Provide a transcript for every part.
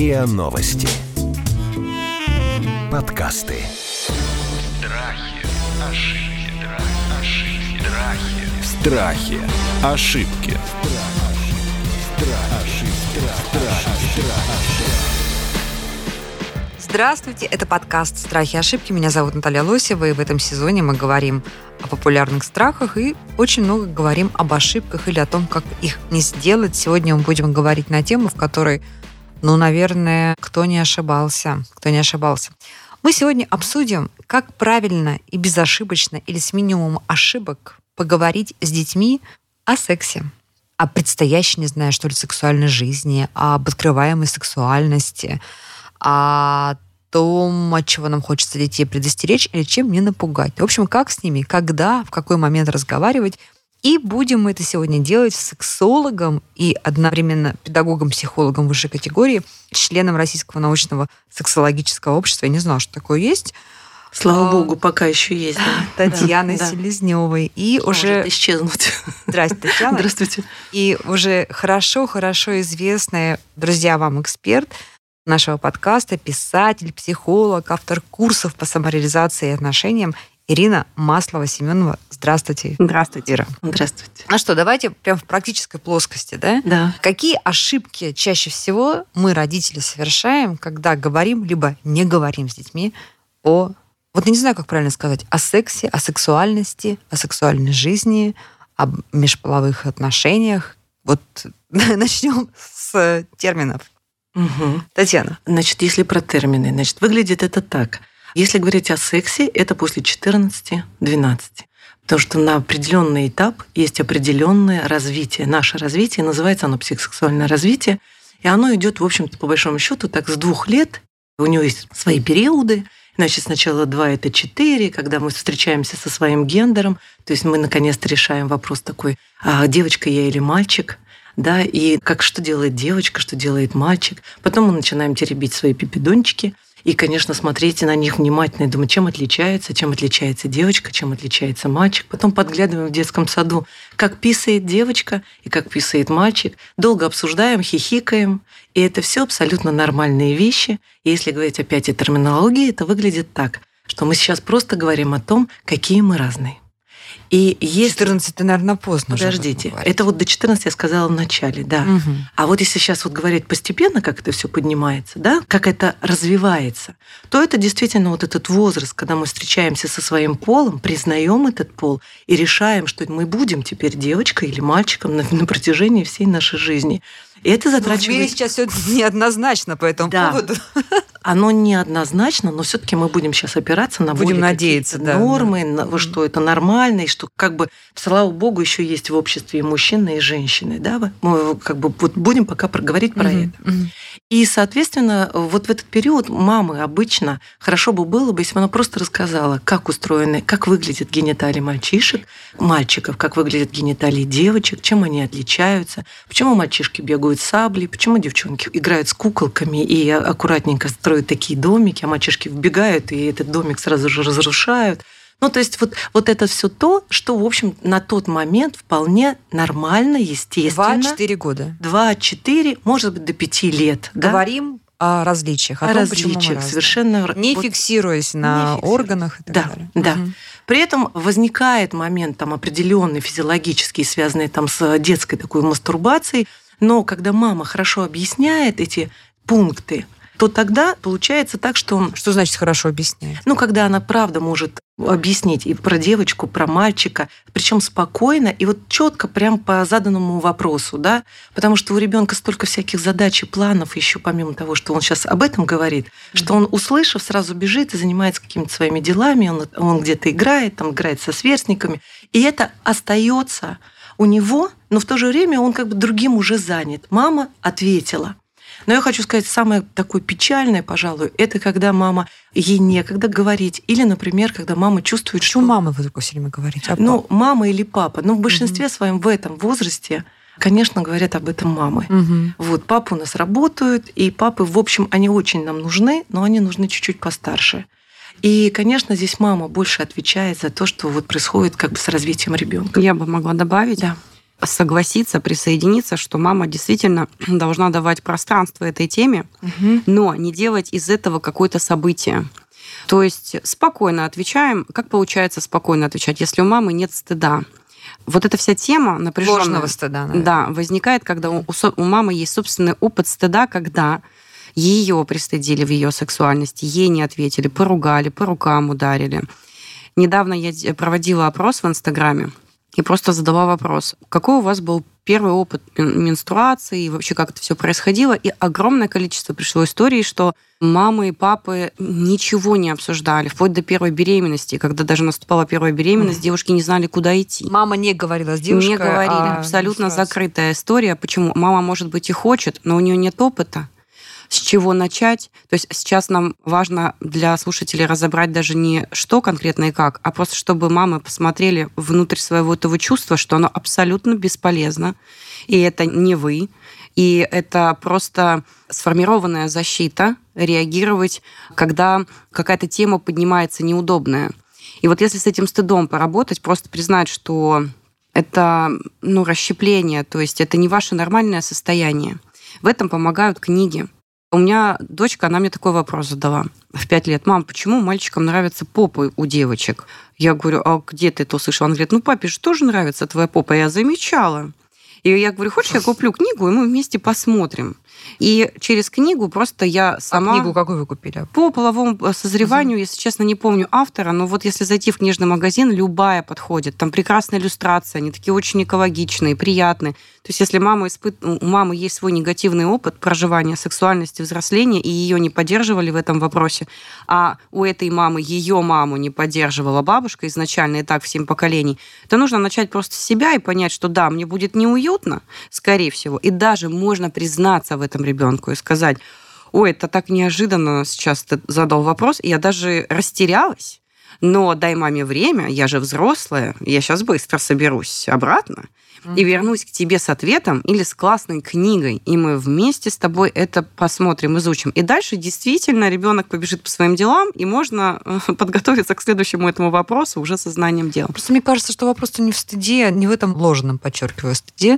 РИА Новости. Подкасты. Страхи. Ошибки. Здравствуйте, это подкаст «Страхи и ошибки». Меня зовут Наталья Лосева, и в этом сезоне мы говорим о популярных страхах и очень много говорим об ошибках или о том, как их не сделать. Сегодня мы будем говорить на тему, в которой, наверное, кто не ошибался. Мы сегодня обсудим, как правильно и безошибочно или с минимумом ошибок поговорить с детьми о сексе, о предстоящей, не знаю, что ли, сексуальной жизни, об открываемой сексуальности, о том, от чего нам хочется детей предостеречь или чем не напугать. В общем, как с ними, когда, в какой момент разговаривать. И будем мы это сегодня делать с сексологом и одновременно педагогом-психологом высшей категории, членом Российского научного сексологического общества. Я не знала, что такое есть. Слава богу, пока еще есть. Татьяной Селезневой. И уже исчезнуть. Здравствуйте, Татьяна. Здравствуйте. И уже хорошо известная, друзья, вам эксперт нашего подкаста, писатель, психолог, автор курсов по самореализации и отношениям Ирина Маслова-Семенова. Здравствуйте. Здравствуйте. Ира. Здравствуйте. Ну что, давайте прям в практической плоскости, да? Да. Какие ошибки чаще всего мы, родители, совершаем, когда говорим, либо не говорим с детьми о, вот я не знаю, как правильно сказать, о сексе, о сексуальности, о сексуальной жизни, о межполовых отношениях. Вот начнем с терминов. Угу. Татьяна. Значит, если про термины, выглядит это так. Если говорить о сексе, это после 14-12. Потому что на определенный этап есть определенное развитие. Наше развитие, называется оно психосексуальное развитие, и оно идет, в общем-то, по большому счету, так с 2 лет. У него есть свои периоды. Значит, сначала 2 – это 4, когда мы встречаемся со своим гендером. То есть мы наконец-то решаем вопрос такой, девочка я или мальчик. Да, и что делает девочка, что делает мальчик. Потом мы начинаем теребить свои пипидончики и, конечно, смотреть на них внимательно и думать, чем отличается девочка, чем отличается мальчик. Потом подглядываем в детском саду, как писает девочка и как писает мальчик. Долго обсуждаем, хихикаем. И это все абсолютно нормальные вещи. И если говорить опять о терминологии, это выглядит так, что мы сейчас просто говорим о том, какие мы разные. И 14 это, наверное, поздно. Подождите, это вот до 14 я сказала в начале, да. Угу. А вот если сейчас говорить постепенно, как это все поднимается, да, как это развивается, то это действительно вот этот возраст, когда мы встречаемся со своим полом, признаем этот пол и решаем, что мы будем теперь девочкой или мальчиком на протяжении всей нашей жизни. И это затрачивает... В мире сейчас все неоднозначно по этому поводу. Оно неоднозначно, но все-таки мы будем сейчас опираться на будем надеяться, нормы, что это нормально, и что слава богу, еще есть в обществе и мужчины, и женщины. Да? Мы будем пока проговорить про это. И, соответственно, вот в этот период мамы обычно хорошо бы было, если бы она просто рассказала, как устроены, как выглядят гениталии мальчиков, как выглядят гениталии девочек, чем они отличаются, почему мальчишки бегают с саблей, почему девчонки играют с куколками и аккуратненько строят такие домики, а мальчишки вбегают и этот домик сразу же разрушают. То есть вот это все то, что, в общем, на тот момент вполне нормально, естественно. 2-4 года. 2-4, может быть, до 5 лет. Говорим о различиях. О различиях, совершенно. Не фиксируясь на органах и так далее. Да. При этом возникает момент определенный физиологический, связанный с детской такой мастурбацией, но когда мама хорошо объясняет эти пункты, то тогда получается так, что... Что значит хорошо объясняет? Когда она правда может объяснить и про девочку, про мальчика, причем спокойно и вот четко прям по заданному вопросу, да, потому что у ребенка столько всяких задач и планов еще помимо того, что он сейчас об этом говорит, что он, услышав, сразу бежит и занимается какими-то своими делами, он где-то играет со сверстниками, и это остается у него, но в то же время он другим уже занят. Мама ответила. Но я хочу сказать, самое такое печальное, пожалуй, это когда мама, ей некогда говорить. Или, например, когда мама чувствует, что... мама вы только все время говорите? Мама или папа. В большинстве своем в этом возрасте, конечно, говорят об этом мамы. Вот, папы у нас работают, и папы, в общем, они очень нам нужны, но они нужны чуть-чуть постарше. И, конечно, здесь мама больше отвечает за то, что вот происходит с развитием ребенка. Я бы могла добавить. Да. согласиться, присоединиться, что мама действительно должна давать пространство этой теме, но не делать из этого какое-то событие. То есть спокойно отвечаем. Как получается спокойно отвечать, если у мамы нет стыда? Вот эта вся тема напряженного Ложного стыда, наверное. Да, возникает, когда у мамы есть собственный опыт стыда, когда ее пристыдили в ее сексуальности, ей не ответили, поругали, по рукам ударили. Недавно я проводила опрос в Инстаграме и просто задала вопрос, какой у вас был первый опыт менструации, и вообще как это все происходило. И огромное количество пришло историй, что мамы и папы ничего не обсуждали, вплоть до первой беременности. Когда даже наступала первая беременность, девушки не знали, куда идти. Мама не говорила с девушкой. Не говорили. Абсолютно закрытая история. Почему? Мама, может быть, и хочет, но у нее нет опыта. С чего начать? То есть сейчас нам важно для слушателей разобрать даже не что конкретно и как, а просто чтобы мамы посмотрели внутрь своего этого чувства, что оно абсолютно бесполезно, и это не вы, и это просто сформированная защита реагировать, когда какая-то тема поднимается неудобная. И вот если с этим стыдом поработать, просто признать, что это расщепление, то есть это не ваше нормальное состояние. В этом помогают книги. У меня дочка, она мне такой вопрос задала в 5 лет. Мам, почему мальчикам нравятся попы у девочек? Я говорю, а где ты это услышала? Она говорит, папе же тоже нравится твоя попа. Я замечала. И я говорю, хочешь, я куплю книгу, и мы вместе посмотрим. И через книгу просто я сама... А книгу какую вы купили? По половому созреванию, если честно, не помню автора, но вот если зайти в книжный магазин, любая подходит. Там прекрасная иллюстрация, они такие очень экологичные, приятные. То есть если у мамы есть свой негативный опыт проживания сексуальности, взросления, и ее не поддерживали в этом вопросе, а у этой мамы ее маму не поддерживала бабушка изначально и так в 7 поколений, то нужно начать просто с себя и понять, что да, мне будет неуютно, скорее всего, и даже можно признаться в этом ребенку и сказать, ой, это так неожиданно сейчас ты задал вопрос, и я даже растерялась, но дай маме время, я же взрослая, я сейчас быстро соберусь обратно и вернусь к тебе с ответом или с классной книгой, и мы вместе с тобой это посмотрим, изучим. И дальше действительно ребенок побежит по своим делам, и можно подготовиться к следующему этому вопросу уже со знанием дела. Просто мне кажется, что вопрос-то не в стыде, не в этом ложном, подчеркиваю, стыде,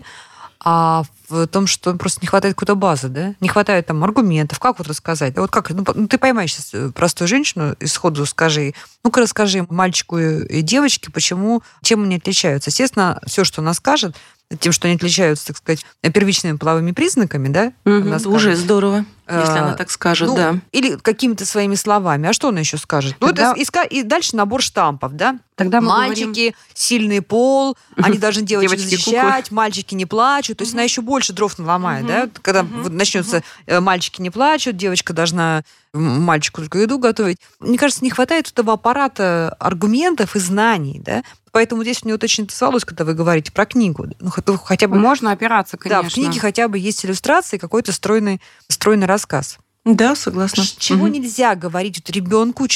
а в том, что просто не хватает какой-то базы, да? Не хватает там аргументов. Как вот рассказать? Вот как? Ты поймаешь сейчас простую женщину и сходу скажи, ну-ка расскажи мальчику и девочке, чем они отличаются. Естественно, все, что она скажет, тем, что они отличаются, так сказать, первичными половыми признаками, да? Уже здорово, если она так скажет, да. Или какими-то своими словами. А что она еще скажет? И дальше набор штампов, да? Тогда мы мальчики, говорим... сильный пол, они должны девочек защищать, мальчики не плачут. То есть она еще больше дров наломает, да? Когда начнется мальчики не плачут, девочка должна мальчику только еду готовить. Мне кажется, не хватает этого аппарата аргументов и знаний, да? Поэтому здесь мне вот очень интересовалось, когда вы говорите про книгу. Хотя бы... Можно опираться, конечно. Да, в книге хотя бы есть иллюстрации, какой-то стройный рассказ. Да, согласна. Чего нельзя говорить ребенку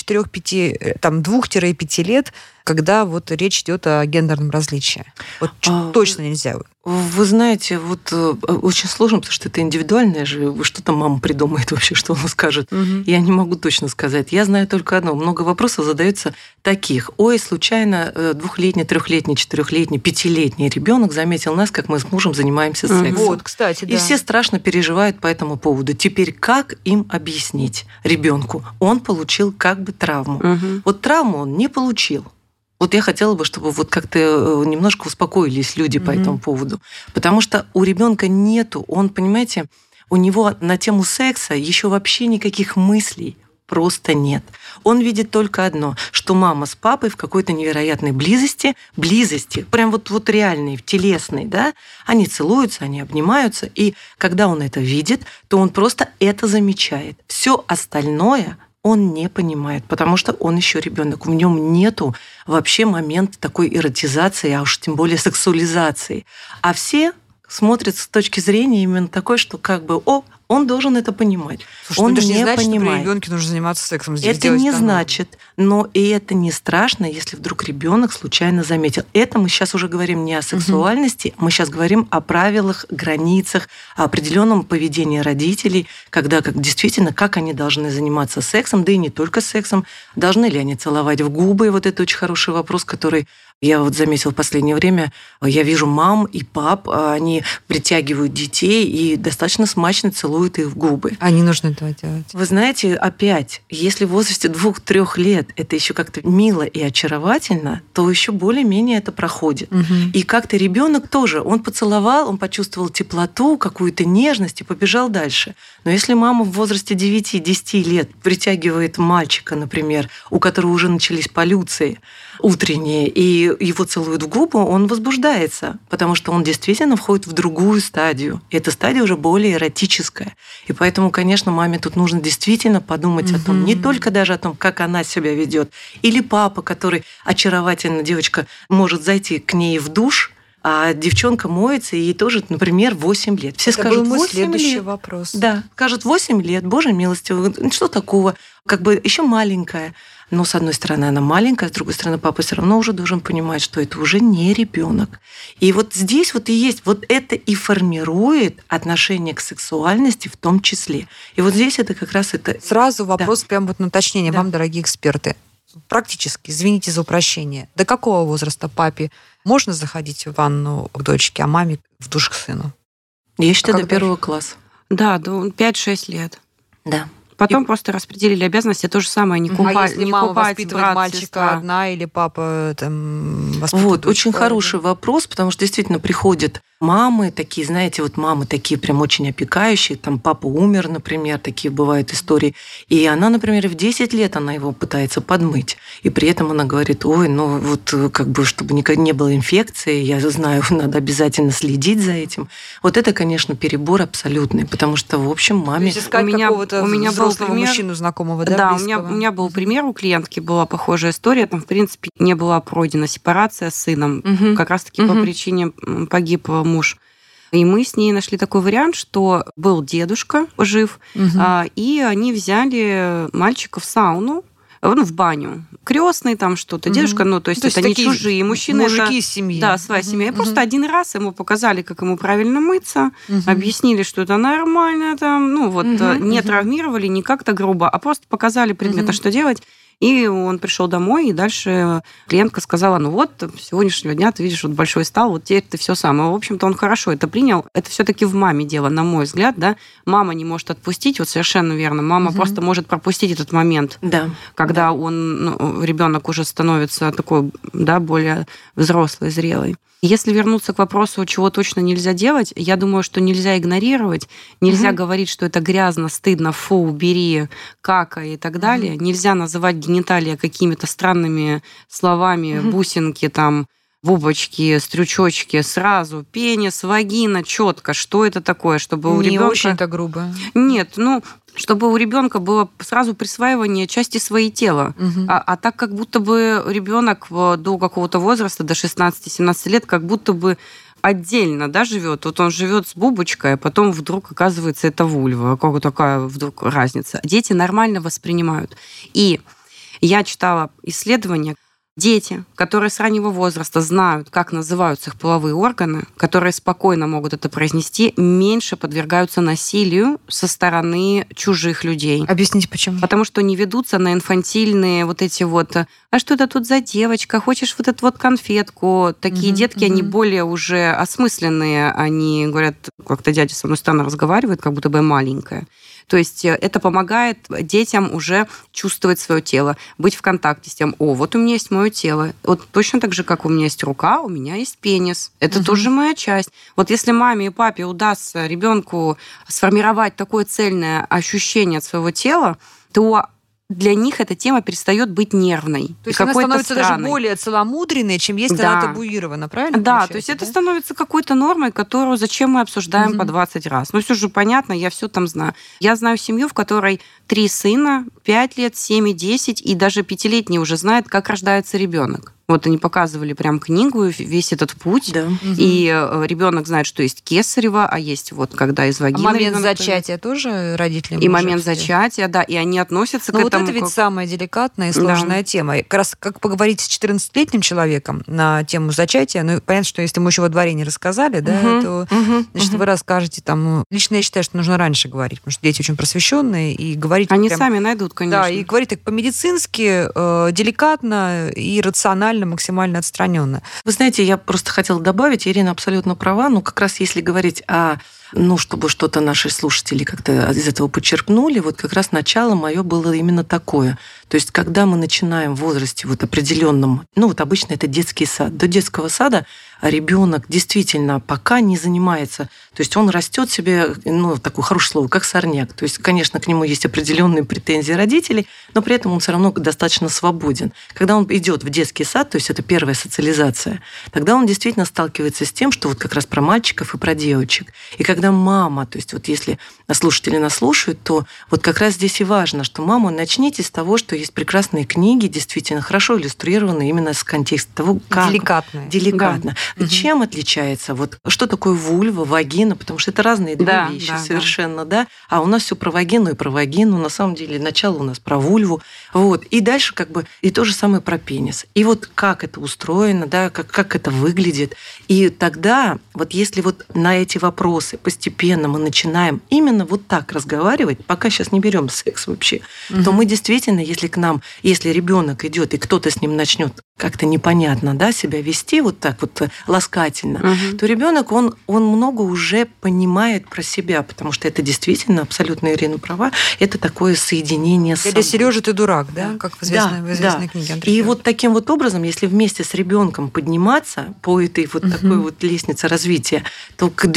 2-5 лет, когда вот речь идет о гендерном различии? Вот точно нельзя. Вы знаете, вот очень сложно, потому что это индивидуальное же. Что там мама придумает вообще, что она скажет? Я не могу точно сказать. Я знаю только одно. Много вопросов задается таких. Ой, случайно 2-летний, 3-летний, 4-летний, 5-летний ребенок заметил нас, как мы с мужем занимаемся сексом. Вот, кстати, да. И все страшно переживают по этому поводу. Теперь как им объяснить ребенку? Он получил как бы травму. Вот травму он не получил. Вот я хотела бы, чтобы вот как-то немножко успокоились люди по этому поводу. Потому что у ребенка нету, он, понимаете, у него на тему секса еще вообще никаких мыслей просто нет. Он видит только одно, что мама с папой в какой-то невероятной близости, прям вот реальной, телесной, да, они целуются, они обнимаются, и когда он это видит, то он просто это замечает. Все остальное он не понимает, потому что он еще ребенок. В нем нету вообще момента такой эротизации, а уж тем более сексуализации. А все смотрят с точки зрения именно такой, что как бы, Он должен это понимать. Слушай, он это же не значит, понимает. что при ребенке нужно заниматься сексом. Это не значит, но и это не страшно, если вдруг ребенок случайно заметил. Это мы сейчас уже говорим не о сексуальности, мы сейчас говорим о правилах, границах, о определенном поведении родителей, когда действительно, как они должны заниматься сексом, да и не только сексом, должны ли они целовать в губы. Вот это очень хороший вопрос, который я вот заметила в последнее время. Я вижу мам и пап, они притягивают детей и достаточно смачно целуют их в губы. А не нужно этого делать. Вы знаете, опять, если в возрасте 2-3 лет это еще как-то мило и очаровательно, то еще более-менее это проходит. И как-то ребенок тоже, он поцеловал, он почувствовал теплоту, какую-то нежность и побежал дальше. Но если мама в возрасте 9-10 лет притягивает мальчика, например, у которого уже начались полюции утренние, и его целуют в губы, он возбуждается, потому что он действительно входит в другую стадию. И эта стадия уже более эротическая. И поэтому, конечно, маме тут нужно действительно подумать о том, не только даже о том, как она себя ведет, или папа, который очаровательно, девочка может зайти к ней в душ, а девчонка моется, и ей тоже, например, 8 лет. Все это скажут, был мой 8 следующий лет. вопрос. Да, скажут, 8 лет, Боже милостивый, что такого? Как бы еще маленькая. Но, с одной стороны, она маленькая, с другой стороны, папа все равно уже должен понимать, что это уже не ребенок. И вот здесь вот и есть, вот это и формирует отношение к сексуальности в том числе. И вот здесь это как раз это... Сразу вопрос прям вот на уточнение Да. вам, дорогие эксперты. Практически, извините за упрощение, до какого возраста папе можно заходить в ванну к дочке, а маме в душ к сыну? Я считаю, до когда 1 класса. Да, до 5-6 лет. Да. Потом просто распределили обязанности, то же самое, не купать, если не мама купать воспитывает брат, мальчика сестра. одна или папа там воспитывает Вот, очень дочку? хороший вопрос, потому что действительно приходят мамы такие, знаете, вот мамы такие прям очень опекающие, там папа умер, например, такие бывают истории, и она, например, в 10 лет она его пытается подмыть, и при этом она говорит, ой, ну вот как бы, чтобы никогда не было инфекции, я знаю, надо обязательно следить за этим. Вот это, конечно, перебор абсолютный, потому что, в общем, маме... То есть искать У меня какого-то был взрослого пример. мужчину знакомого, да, Да, у близкого? меня был пример, у клиентки была похожая история, там, в принципе, не была пройдена сепарация с сыном, как раз-таки по причине погиб муж. И мы с ней нашли такой вариант, что был дедушка жив, и они взяли мальчика в сауну, ну, в баню. Крестный там что-то, дедушка, ну, то есть это не чужие мужчины. Мужики это, из семьи. Да, своя семья. И просто один раз ему показали, как ему правильно мыться, объяснили, что это нормально, там, ну, вот, не травмировали, не как-то грубо, а просто показали предметно, что делать. И он пришел домой, и дальше клиентка сказала, ну вот, с сегодняшнего дня ты видишь, вот большой стал, вот теперь ты все сам. И, в общем-то, он хорошо это принял. Это все-таки в маме дело, на мой взгляд, да. Мама не может отпустить, вот совершенно верно. Мама просто может пропустить этот момент, Да. когда ребенок уже становится такой, да, более взрослый, зрелый. Если вернуться к вопросу, чего точно нельзя делать, я думаю, что нельзя игнорировать, нельзя говорить, что это грязно, стыдно, фу, убери, кака и так далее. Нельзя называть гениталия какими-то странными словами, бусинки, там, бубочки, стрючочки, сразу пенис, вагина, четко, что это такое, чтобы у Не ребенка... очень-то грубо. Нет, чтобы у ребенка было сразу присваивание части своего тела. А так как будто бы ребенок до какого-то возраста, до 16-17 лет, как будто бы отдельно, да, живет. Вот он живет с бубочкой, а потом вдруг оказывается это вульва. Какая такая вдруг разница? Дети нормально воспринимают. И я читала исследования. Дети, которые с раннего возраста знают, как называются их половые органы, которые спокойно могут это произнести, меньше подвергаются насилию со стороны чужих людей. Объясните, почему? Потому что не ведутся на инфантильные вот эти вот, а что это тут за девочка, хочешь вот эту вот конфетку? Такие детки, они более уже осмысленные, они говорят, как-то дядя со мной странно разговаривает, как будто бы я маленькая. То есть это помогает детям уже чувствовать свое тело, быть в контакте с тем, вот у меня есть мое тело. Вот точно так же, как у меня есть рука, у меня есть пенис. Это тоже моя часть. Вот если маме и папе удастся ребенку сформировать такое цельное ощущение от своего тела, то для них эта тема перестает быть нервной. То есть она становится даже более целомудренной, чем если она табуирована, правильно? Да, то есть это становится какой-то нормой, которую зачем мы обсуждаем по 20 раз. Ну, все же понятно, я все там знаю. Я знаю семью, в которой 3 сына, 5 лет, 7 и 10, и даже 5-летний уже знает, как рождается ребенок. Вот они показывали прям книгу, весь этот путь. Да. И ребенок знает, что есть кесарево, а есть вот когда из вагины. Момент зачатия тоже родители и момент зачатия, да, и они относятся к этому. Вот это ведь самая деликатная и сложная тема. Как раз как поговорить с 14-летним человеком на тему зачатия, ну, понятно, что если мы еще во дворе не рассказали, да, то, значит, вы расскажете там... Лично я считаю, что нужно раньше говорить, потому что дети очень просвещенные, и говорить... Они прям, сами найдут, конечно. Да, и говорить так по-медицински, деликатно и рационально, максимально отстраненно. Вы знаете, я просто хотела добавить, Ирина абсолютно права, ну, как раз если говорить о чтобы что-то наши слушатели как-то из этого подчеркнули, вот как раз начало мое было именно такое. То есть, когда мы начинаем в возрасте вот определенном, вот обычно это детский сад, до детского сада ребенок действительно пока не занимается, то есть он растет себе, такое хорошее слово, как сорняк. То есть, конечно, к нему есть определенные претензии родителей, но при этом он все равно достаточно свободен. Когда он идет в детский сад, то есть это первая социализация, тогда он действительно сталкивается с тем, что вот как раз про мальчиков и про девочек. И когда мама, то есть вот если слушатели нас слушают, то вот как раз здесь и важно, что мама, начните с того, что есть прекрасные книги, действительно хорошо иллюстрированные именно с контекста того, как... Деликатно. Да. Чем отличается? Вот что такое вульва, вагина? Потому что это разные две вещи совершенно, да. А у нас все про вагину и про вагину. На самом деле начало у нас про вульву. Вот. И дальше и то же самое про пенис. И вот как это устроено, да, как это выглядит. И тогда вот если вот на эти вопросы постепенно мы начинаем именно вот так разговаривать, пока сейчас не берем секс вообще, то мы действительно, если ребенок идет и кто-то с ним начнет как-то непонятно, да, себя вести вот так вот ласкательно, то ребенок он много уже понимает про себя, потому что это действительно, абсолютно Ирина права, это такое соединение с собой. Сережа, ты дурак, да? Как в известной книге Андрея. И вот таким вот образом, если вместе с ребенком подниматься по этой вот такой вот лестнице развития, то к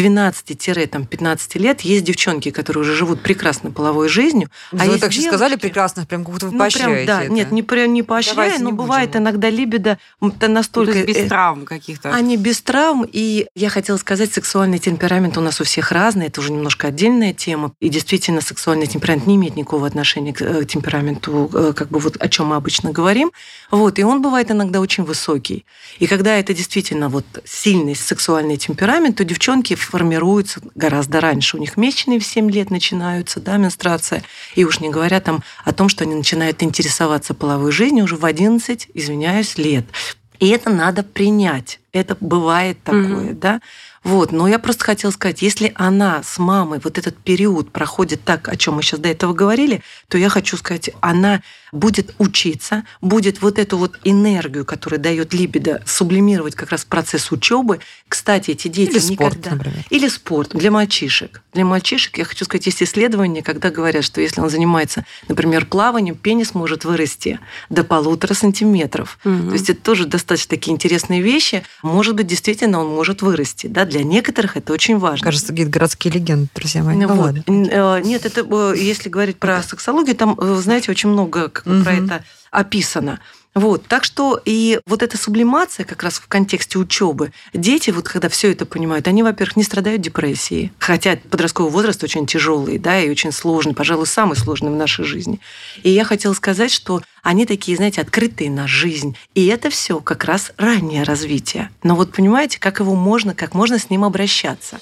12-15 лет есть девчонки, которые уже живут прекрасной половой жизнью. Вы так сейчас сказали прекрасно, прям как будто вы поощряете. Да, нет, не поощряю, но бывает иногда либидо настолько... То есть без травм каких-то. Они без травм. И я хотела сказать, сексуальный темперамент у нас у всех разный. Это уже немножко отдельная тема. И действительно, сексуальный темперамент не имеет никакого отношения к темпераменту, как бы вот о чем мы обычно говорим. Вот. И он бывает иногда очень высокий. И когда это действительно вот сильный сексуальный темперамент, то девчонки формируются гораздо раньше. У них месячные в 7 лет начинаются, да, менструация. И уж не говоря там о том, что они начинают интересоваться половой жизнью уже в 11, лет. И это надо принять. Это бывает такое, да. Вот. Но я просто хотела сказать, если она с мамой вот этот период проходит так, о чем мы сейчас до этого говорили, то я хочу сказать, она будет учиться, будет вот эту вот энергию, которую дает либидо, сублимировать как раз в процесс учебы. Кстати, эти дети или никогда... Спорт, например. Или спорт для мальчишек. Для мальчишек, я хочу сказать, есть исследования, когда говорят, что если он занимается, например, плаванием, пенис может вырасти до 1,5 сантиметров. То есть это тоже достаточно такие интересные вещи. Может быть, действительно он может вырасти. Да? Для некоторых это очень важно. Кажется, какие-то городские легенды, друзья мои. Вот. Нет, это если говорить про сексологию, там, знаете, очень много про это описано. Вот. Так что и вот эта сублимация как раз в контексте учебы, дети, вот когда все это понимают, они, во-первых, не страдают депрессией, хотя подростковый возраст очень тяжелый, да, и очень сложный, пожалуй, самый сложный в нашей жизни. И я хотела сказать, что они такие, знаете, открытые на жизнь. И это все как раз раннее развитие. Но вот понимаете, как можно с ним обращаться.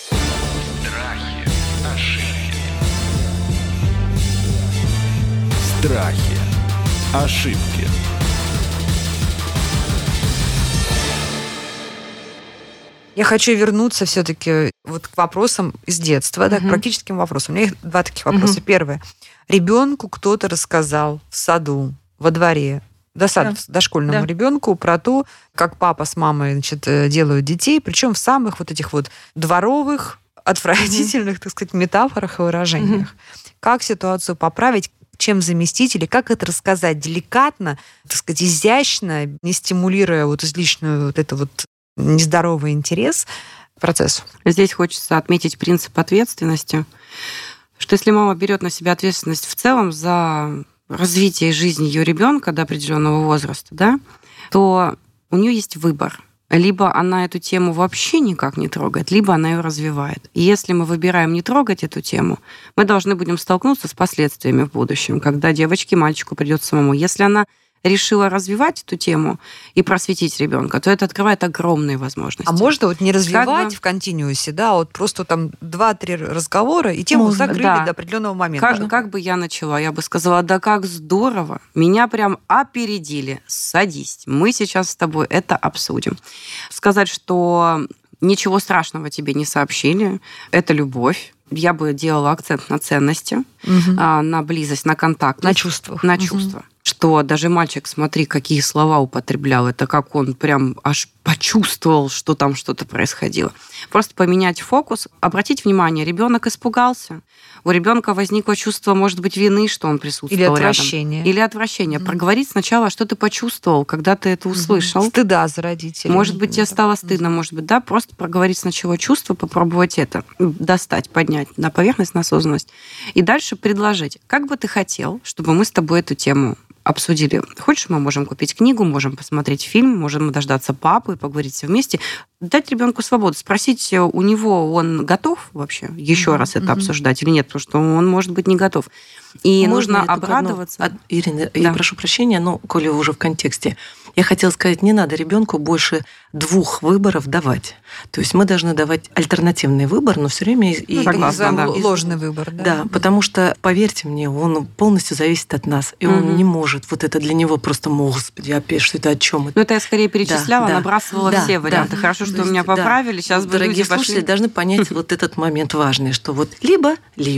Страхи, ошибки. Я хочу вернуться все-таки вот к вопросам из детства, да, к практическим вопросам. У меня есть 2 таких вопроса. Первое. Ребенку кто-то рассказал в саду, во дворе, дошкольному ребенку про то, как папа с мамой, значит, делают детей, причем в самых вот этих вот дворовых, отвратительных, так сказать, метафорах и выражениях. Как ситуацию поправить, чем заместить, или как это рассказать деликатно, так сказать, изящно, не стимулируя вот излишнюю вот это вот нездоровый интерес к процессу. Здесь хочется отметить принцип ответственности, что если мама берет на себя ответственность в целом за развитие жизни ее ребенка до определенного возраста, да, то у нее есть выбор. Либо она эту тему вообще никак не трогает, либо она ее развивает. И если мы выбираем не трогать эту тему, мы должны будем столкнуться с последствиями в будущем, когда девочке, мальчику придется самому. Если она решила развивать эту тему и просветить ребенка, то это открывает огромные возможности. А можно вот не развивать в континуусе, да, вот просто там 2-3 разговора, и тему закрыли до определенного момента. Как бы я начала? Я бы сказала, да как здорово, меня прям опередили, садись, мы сейчас с тобой это обсудим. Сказать, что ничего страшного тебе не сообщили, это любовь. Я бы делала акцент на ценности, на близость, на контакт. На чувствах. На чувства. Что даже мальчик, смотри, какие слова употреблял. Это как он прям аж почувствовал, что там что-то происходило. Просто поменять фокус, обратить внимание, ребенок испугался. У ребенка возникло чувство, может быть, вины, что он присутствовал рядом. Или отвращение. Проговорить сначала, что ты почувствовал, когда ты это услышал. Стыда за родителей. Может быть, тебе стало стыдно, может быть, да, просто проговорить сначала чувство, попробовать это, достать, поднять на поверхность, на осознанность. И дальше предложить, как бы ты хотел, чтобы мы с тобой эту тему обсудили. Хочешь, мы можем купить книгу, можем посмотреть фильм, можем дождаться папы и поговорить все вместе. Дать ребенку свободу, спросить у него, он готов вообще еще раз это обсуждать или нет, потому что он может быть не готов. И нужно обрадоваться. Ирина, я прошу прощения, но коли уже в контексте. Я хотела сказать, не надо ребенку больше 2 выборов давать. То есть мы должны давать альтернативный выбор, но все время ложный выбор. Да, потому что, поверьте мне, он полностью зависит от нас, и он не может. Вот это для него просто, господи, опять что это о чем? Ну это я скорее перечисляла, набрасывала все варианты. Хорошо, что меня поправили. Сейчас бы дорогие слушатели должны понять вот этот момент важный, что вот либо.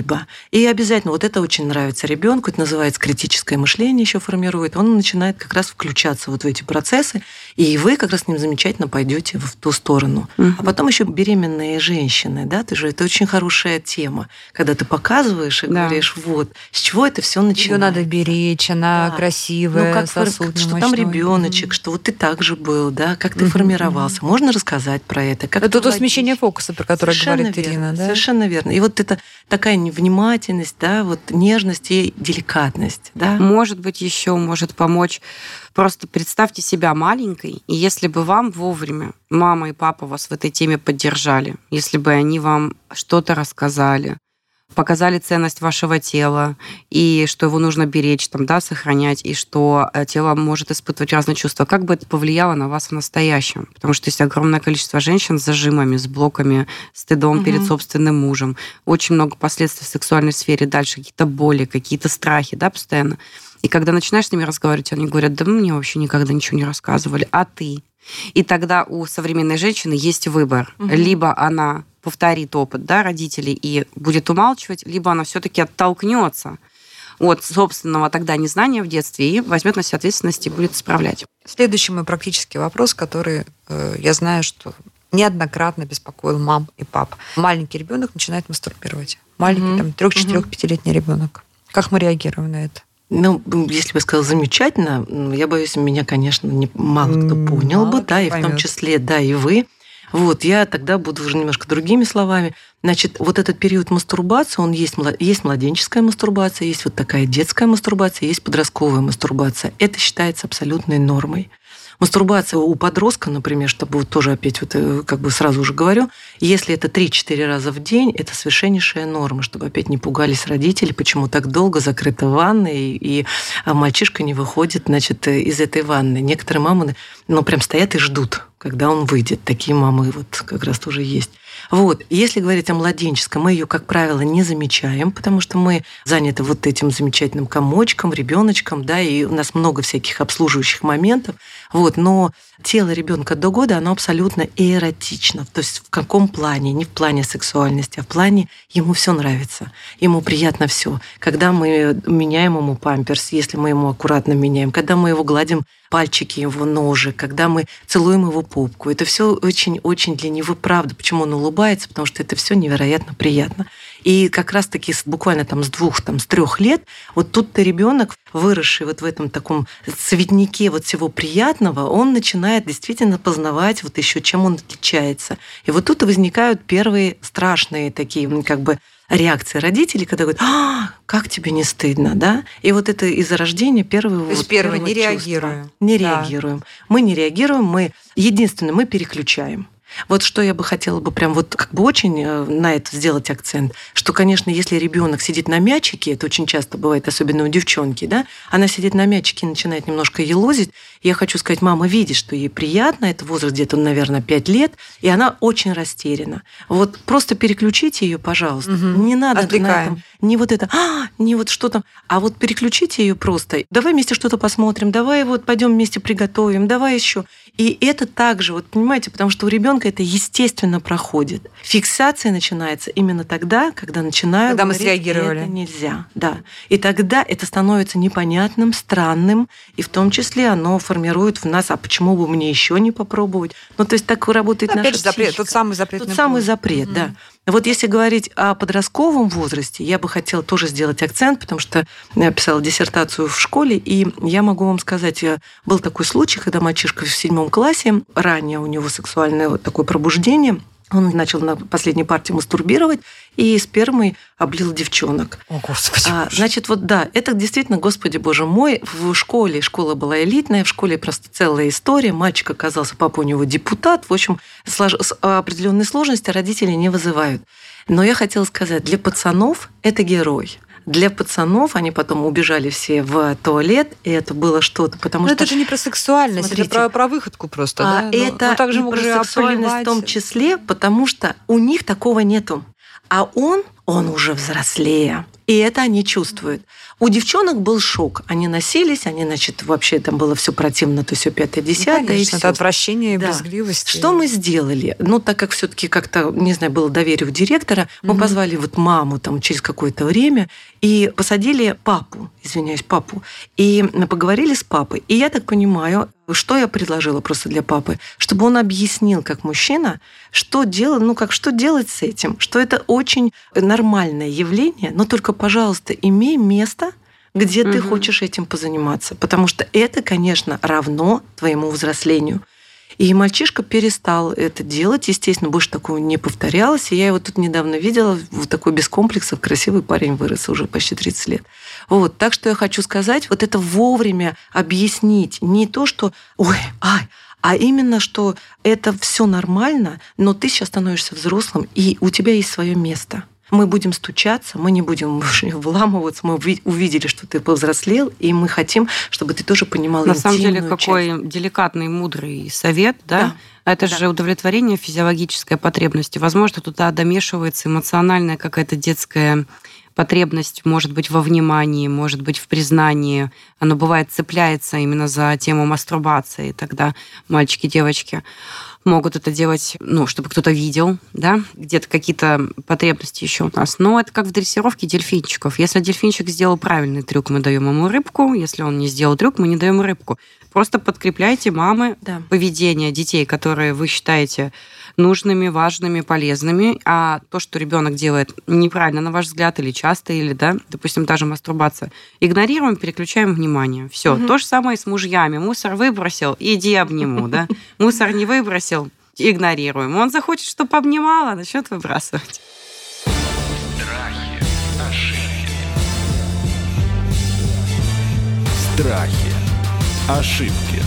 И обязательно вот это очень нравится ребенку, это называется критическое мышление еще формирует. Он начинает как раз включаться вот в эти процессы, и вы как раз с ним замечательно пойдете в ту сторону. А потом еще беременные женщины, да, это очень хорошая тема, когда ты показываешь и говоришь, вот, с чего это все начинается. Ее надо беречь, она красивая, сосудная, что там ребеночек, что вот ты так же был, да, как ты формировался. Можно рассказать про это. Это то смещение фокуса, про которое говорит Ирина, да? Совершенно верно. И вот это такая внимательность, да, вот нежность и деликатность, да. Может быть, еще может помочь. Просто представьте себя маленькой, и если бы вам вовремя мама и папа вас в этой теме поддержали, если бы они вам что-то рассказали, показали ценность вашего тела, и что его нужно беречь, сохранять, и что тело может испытывать разные чувства, как бы это повлияло на вас в настоящем? Потому что есть огромное количество женщин с зажимами, с блоками, стыдом перед собственным мужем. Очень много последствий в сексуальной сфере дальше, какие-то боли, какие-то страхи, постоянно. И когда начинаешь с ними разговаривать, они говорят, да мне вообще никогда ничего не рассказывали, а ты? И тогда у современной женщины есть выбор. Либо она повторит опыт родителей и будет умалчивать, либо она все-таки оттолкнется от собственного тогда незнания в детстве и возьмет на себя ответственность и будет исправлять. Следующий мой практический вопрос, который я знаю, что неоднократно беспокоил мам и пап. Маленький ребенок начинает мастурбировать. Маленький, 3-4-5-летний ребенок. Как мы реагируем на это? Если бы я сказала замечательно, я боюсь, меня, конечно, мало кто понял бы, и в том числе, и вы. Вот, я тогда буду уже немножко другими словами. Значит, вот этот период мастурбации, он есть младенческая мастурбация, есть вот такая детская мастурбация, есть подростковая мастурбация. Это считается абсолютной нормой. Мастурбация у подростка, например, чтобы тоже опять сразу уже говорю, если это 3-4 раза в день, это совершеннейшая норма, чтобы опять не пугались родители, почему так долго закрыта ванна, и мальчишка не выходит, из этой ванны. Некоторые мамы, прям стоят и ждут, когда он выйдет. Такие мамы как раз тоже есть. Вот. Если говорить о младенческом, мы ее, как правило, не замечаем, потому что мы заняты вот этим замечательным комочком, ребеночком, и у нас много всяких обслуживающих моментов. Вот. Но тело ребенка до года, оно абсолютно эротично. То есть в каком плане? Не в плане сексуальности, а в плане ему все нравится. Ему приятно все. Когда мы меняем ему памперс, если мы ему аккуратно меняем, когда мы его гладим пальчики его ножек, когда мы целуем его попку. Это все очень-очень для него правда. Почему он улыбается? улыбается, потому что это все невероятно приятно. И как раз-таки буквально с 2, с 3 лет, вот тут-то ребенок, выросший вот в этом таком цветнике вот всего приятного, он начинает действительно познавать вот еще, чем он отличается. И вот тут и возникают первые страшные такие реакции родителей, когда говорят: как тебе не стыдно, да? И вот это из-за рождения первого. То есть первое, не реагируем. Не реагируем. Мы не реагируем, единственное, мы переключаем. Вот что я бы хотела бы прям очень на это сделать акцент, что, конечно, если ребенок сидит на мячике, это очень часто бывает, особенно у девчонки, да, она сидит на мячике и начинает немножко елозить, я хочу сказать: мама видит, что ей приятно, это возраст где-то, наверное, 5 лет, и она очень растеряна. Вот просто переключите ее, пожалуйста. Не надо на этом, не вот это, не вот что там, а вот переключите ее просто. Давай вместе что-то посмотрим, давай пойдем вместе приготовим, давай еще. И это также, понимаете, потому что у ребенка это естественно проходит. Фиксация начинается именно тогда, когда начинают когда мы говорить: среагировали. это нельзя. Да. И тогда это становится непонятным, странным, и в том числе оно формирует в нас: а почему бы мне еще не попробовать? То есть так работает наша психика. Тот самый запретный Тот самый запрет, да. Вот если говорить о подростковом возрасте, я бы хотела тоже сделать акцент, потому что я писала диссертацию в школе, и я могу вам сказать, был такой случай, когда мальчишка в 7 классе, ранее у него сексуальное такое пробуждение, он начал на последней партии мастурбировать и спермой облил девчонок. О, Господи. Значит, это действительно, Господи Боже мой, в школе, школа была элитная, в школе просто целая история, мальчик оказался, папа у него депутат, в общем, определенные сложности родители не вызывают. Но я хотела сказать, для пацанов это герой. Для пацанов они потом убежали все в туалет, и это было что-то, потому что... это же не про сексуальность, смотрите, это про выходку просто, да? Это также про сексуальность в том числе, потому что у них такого нету. А он уже взрослее. И это они чувствуют. У девчонок был шок. Они носились, вообще там было все противно, то все 5-10. Конечно, это отвращение и брезгливость. Что мы сделали? Так как все-таки как-то, не знаю, было доверие у директора, мы позвали маму через какое-то время и посадили папу, и поговорили с папой. И я так понимаю, что я предложила просто для папы, чтобы он объяснил, как мужчина, что делать, что делать с этим, что это очень нормальное явление, но только, пожалуйста, имей место, где ты хочешь этим позаниматься, потому что это, конечно, равно твоему взрослению. И мальчишка перестал это делать, естественно, больше такого не повторялось. И я его тут недавно видела, такой без комплексов, красивый парень вырос, уже почти 30 лет. Так что я хочу сказать, это вовремя объяснить не то, что а именно, что это все нормально, но ты сейчас становишься взрослым, и у тебя есть свое место. Мы будем стучаться, мы не будем вламываться, мы увидели, что ты повзрослел, и мы хотим, чтобы ты тоже понимал интимную часть. На самом деле, какой деликатный, мудрый совет, да? Это же удовлетворение физиологической потребности. Возможно, туда домешивается эмоциональная какая-то детская потребность, может быть, во внимании, может быть, в признании. Оно бывает цепляется именно за тему мастурбации. Тогда мальчики, девочки могут это делать, чтобы кто-то видел, да, где-то какие-то потребности еще у нас. Но это как в дрессировке дельфинчиков. Если дельфинчик сделал правильный трюк, мы даем ему рыбку. Если он не сделал трюк, мы не даем рыбку. Просто подкрепляйте, мамы, поведение детей, которые вы считаете нужными, важными, полезными, а то, что ребенок делает неправильно, на ваш взгляд, или часто, или, допустим, даже мастурбация, игнорируем, переключаем внимание. Все. То же самое и с мужьями. Мусор выбросил, иди обниму, да. Мусор не выбросил, игнорируем. Он захочет, чтобы обнимала, начнет выбрасывать. Страхи, ошибки. Страхи, ошибки.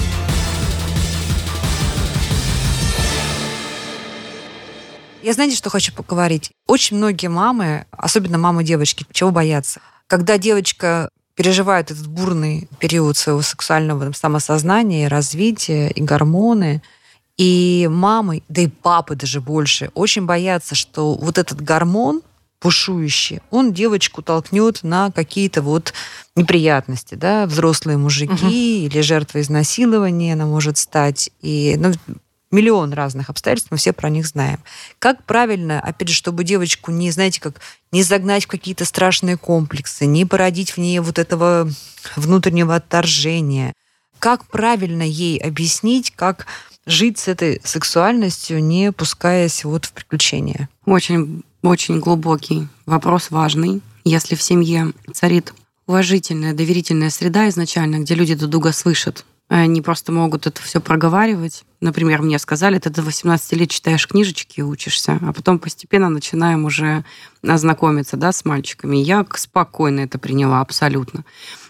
Я, знаете, что хочу поговорить? Очень многие мамы, особенно мамы девочки, чего боятся? Когда девочка переживает этот бурный период своего сексуального самосознания, развития и гормоны, и мамы, да и папы даже больше, очень боятся, что вот этот гормон бушующий, он девочку толкнет на какие-то неприятности, да, взрослые мужики или жертва изнасилования она может стать, и миллион разных обстоятельств, мы все про них знаем. Как правильно, опять же, чтобы девочку не загнать в какие-то страшные комплексы, не породить в ней этого внутреннего отторжения, как правильно ей объяснить, как жить с этой сексуальностью, не пускаясь вот в приключения? Очень, очень глубокий вопрос, важный. Если в семье царит уважительная, доверительная среда изначально, где люди друг друга слышат, они просто могут это все проговаривать. Например, мне сказали, ты до 18 лет читаешь книжечки и учишься, а потом постепенно начинаем уже ознакомиться, да, с мальчиками. Я спокойно это приняла абсолютно.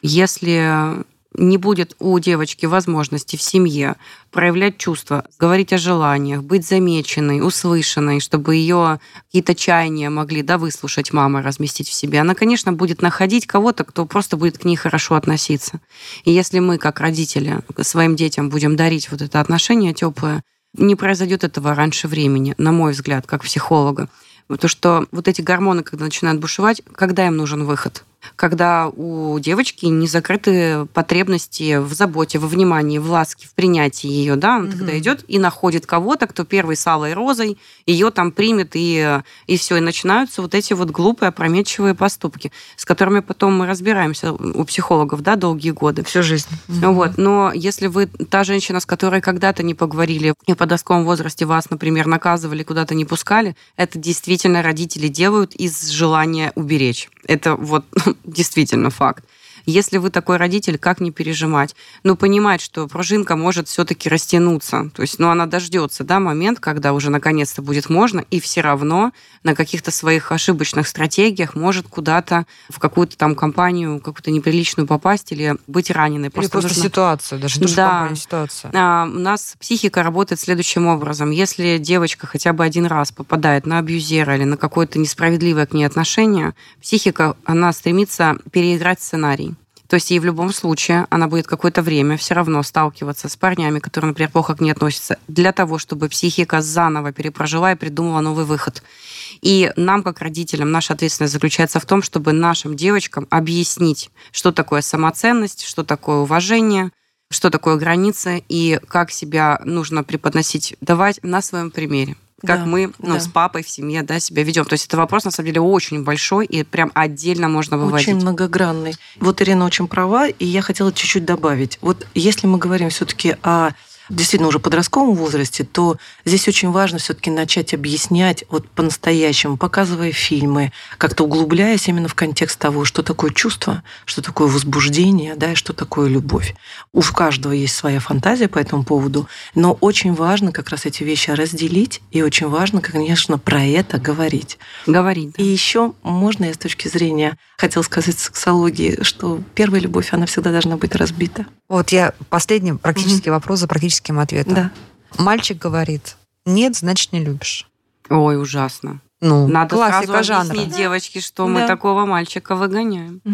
Если не будет у девочки возможности в семье проявлять чувства, говорить о желаниях, быть замеченной, услышанной, чтобы ее какие-то чаяния могли, да, выслушать мама, разместить в себе, она, конечно, будет находить кого-то, кто просто будет к ней хорошо относиться. И если мы, как родители, своим детям будем дарить вот это отношение теплое, не произойдет этого раньше времени, на мой взгляд, как психолога. Потому что вот эти гормоны, когда начинают бушевать, когда им нужен выход? Когда у девочки не закрыты потребности в заботе, во внимании, в ласке, в принятии ее, да, она тогда идет и находит кого-то, кто первый с алой розой ее там примет, и все, и начинаются вот эти вот глупые, опрометчивые поступки, с которыми потом мы разбираемся у психологов, да, долгие годы. Всю жизнь. Вот. Но если вы та женщина, с которой когда-то не поговорили, и в подростковом возрасте вас, например, наказывали, куда-то не пускали, это действительно родители делают из желания уберечь. Это вот действительно факт. Если вы такой родитель, как не пережимать? Ну, понимать, что пружинка может все-таки растянуться. То есть, она дождется, да, момент, когда уже наконец-то будет можно, и все равно на каких-то своих ошибочных стратегиях может куда-то в какую-то там компанию, какую-то неприличную попасть или быть раненой. Или просто нужно... ситуацию, даже не компанию, ситуацию. У нас психика работает следующим образом. Если девочка хотя бы один раз попадает на абьюзера или на какое-то несправедливое к ней отношение, психика, она стремится переиграть сценарий. То есть ей в любом случае она будет какое-то время все равно сталкиваться с парнями, которые, например, плохо к ней относятся, для того, чтобы психика заново перепрожила и придумала новый выход. И нам, как родителям, наша ответственность заключается в том, чтобы нашим девочкам объяснить, что такое самоценность, что такое уважение, что такое границы и как себя нужно преподносить, давать на своем примере. Как мы с папой в семье, да, себя ведем. То есть это вопрос, на самом деле, очень большой, и прям отдельно можно выводить. Очень многогранный. Вот Ирина очень права, и я хотела чуть-чуть добавить. Вот если мы говорим все-таки о действительно уже подростковом возрасте, то здесь очень важно все-таки начать объяснять вот по-настоящему, показывая фильмы, как-то углубляясь именно в контекст того, что такое чувство, что такое возбуждение, да, и что такое любовь. У каждого есть своя фантазия по этому поводу, но очень важно как раз эти вещи разделить, и очень важно, конечно, про это говорить. Говорить, да. И еще можно я с точки зрения, хотела сказать, сексологии, что первая любовь, она всегда должна быть разбита. Вот я последний практический вопрос за практическим ответом. Да. Мальчик говорит, нет, значит, не любишь. Ой, ужасно. Надо сразу объяснить девочке, что мы такого мальчика выгоняем.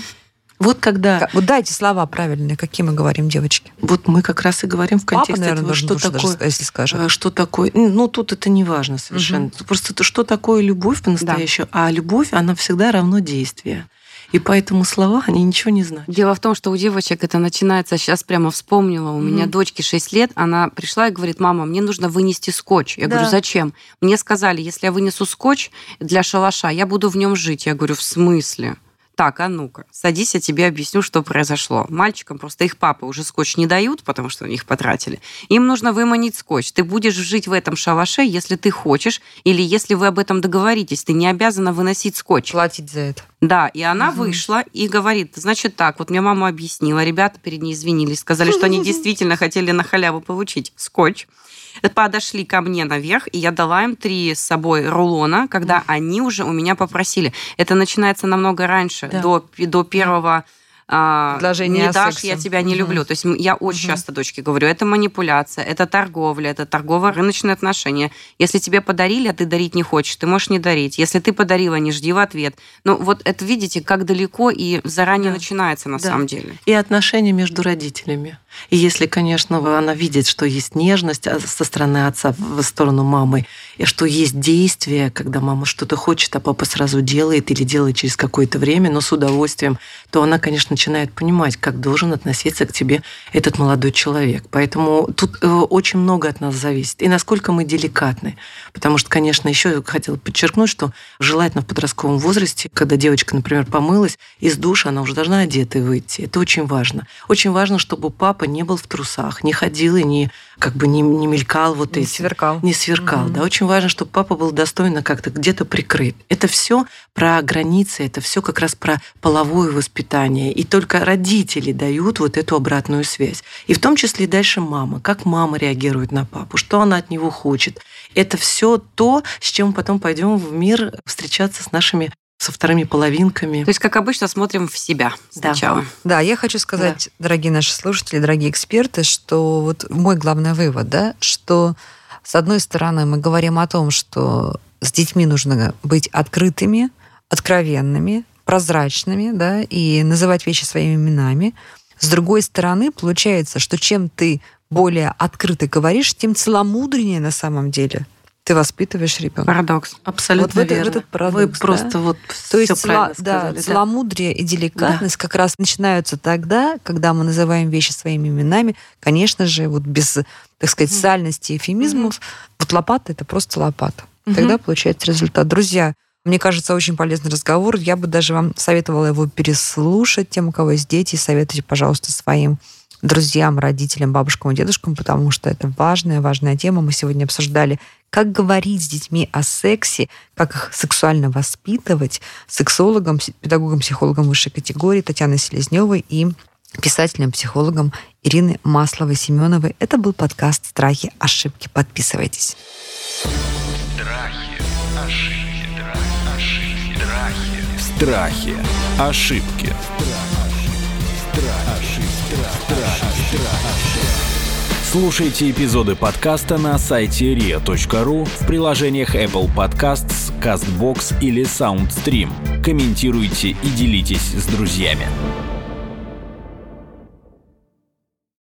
Вот когда... Вот дайте слова правильные, какие мы говорим девочке. Вот мы как раз и говорим в контексте Папа, наверное, этого, что такое... даже, если скажет. Что такое... тут это не важно совершенно. Просто что такое любовь по-настоящему, а любовь, она всегда равно действие. И поэтому слова, они ничего не значат. Дело в том, что у девочек это начинается, сейчас прямо вспомнила, у меня дочке 6 лет, она пришла и говорит, мама, мне нужно вынести скотч. Я говорю, зачем? Мне сказали, если я вынесу скотч для шалаша, я буду в нем жить. Я говорю, в смысле? Так, а ну-ка, садись, я тебе объясню, что произошло. Мальчикам просто их папы уже скотч не дают, потому что их потратили. Им нужно выманить скотч. Ты будешь жить в этом шалаше, если ты хочешь, или если вы об этом договоритесь. Ты не обязана выносить скотч. Платить за это. Да, и она вышла и говорит, значит так, вот мне мама объяснила, ребята перед ней извинились, сказали, что они действительно хотели на халяву получить скотч. Подошли ко мне наверх, и я дала им 3 с собой рулона, когда они уже у меня попросили. Это начинается намного раньше, до первого... предложение не дашь, я тебя не люблю. То есть я очень часто дочке говорю, это манипуляция, это торговля, это торгово-рыночные отношения. Если тебе подарили, а ты дарить не хочешь, ты можешь не дарить. Если ты подарила, не жди в ответ. Вот это, видите, как далеко и заранее начинается на самом деле. И отношения между родителями. И если, конечно, она видит, что есть нежность со стороны отца в сторону мамы, и что есть действие, когда мама что-то хочет, а папа сразу делает или делает через какое-то время, но с удовольствием, то она, конечно, начинает понимать, как должен относиться к тебе этот молодой человек. Поэтому тут очень много от нас зависит. И насколько мы деликатны. Потому что, конечно, еще я хотела подчеркнуть, что желательно в подростковом возрасте, когда девочка, например, помылась, из душа она уже должна одетой выйти. Это очень важно. Очень важно, чтобы папа папа не был в трусах, не ходил и не мелькал вот Не сверкал. Не сверкал, да. Очень важно, чтобы папа был достойно как-то где-то прикрыт. Это все про границы, это все как раз про половое воспитание. И только родители дают вот эту обратную связь. И в том числе дальше мама. Как мама реагирует на папу, что она от него хочет. Это все то, с чем мы потом пойдем в мир встречаться со вторыми половинками. То есть, как обычно, смотрим в себя сначала. Да, я хочу сказать, дорогие наши слушатели, дорогие эксперты, что вот мой главный вывод, да, что с одной стороны мы говорим о том, что с детьми нужно быть открытыми, откровенными, прозрачными, да, и называть вещи своими именами. С другой стороны, получается, что чем ты более открыто говоришь, тем целомудреннее на самом деле ты воспитываешь ребенка. Парадокс. Абсолютно вот верно. Этот парадокс, вы просто вот то есть правильно сказали. целомудрие и деликатность как раз начинаются тогда, когда мы называем вещи своими именами. Конечно же, вот без, так сказать, сальности и эвфемизмов. Вот лопата — это просто лопата. Тогда получается результат. Друзья, мне кажется, очень полезный разговор. Я бы даже вам советовала его переслушать. Тем, у кого есть дети, советуйте, пожалуйста, своим друзьям, родителям, бабушкам и дедушкам, потому что это важная тема. Мы сегодня обсуждали, как говорить с детьми о сексе, как их сексуально воспитывать, с сексологом, педагогом, психологом высшей категории Татьяной Селезневой и писателем, психологом Ириной Масловой-Семеновой. Это был подкаст «Страхи, ошибки». Подписывайтесь. Страхи, ошибки. Слушайте эпизоды подкаста на сайте ria.ru, в приложениях Apple Podcasts, CastBox или SoundStream. Комментируйте и делитесь с друзьями.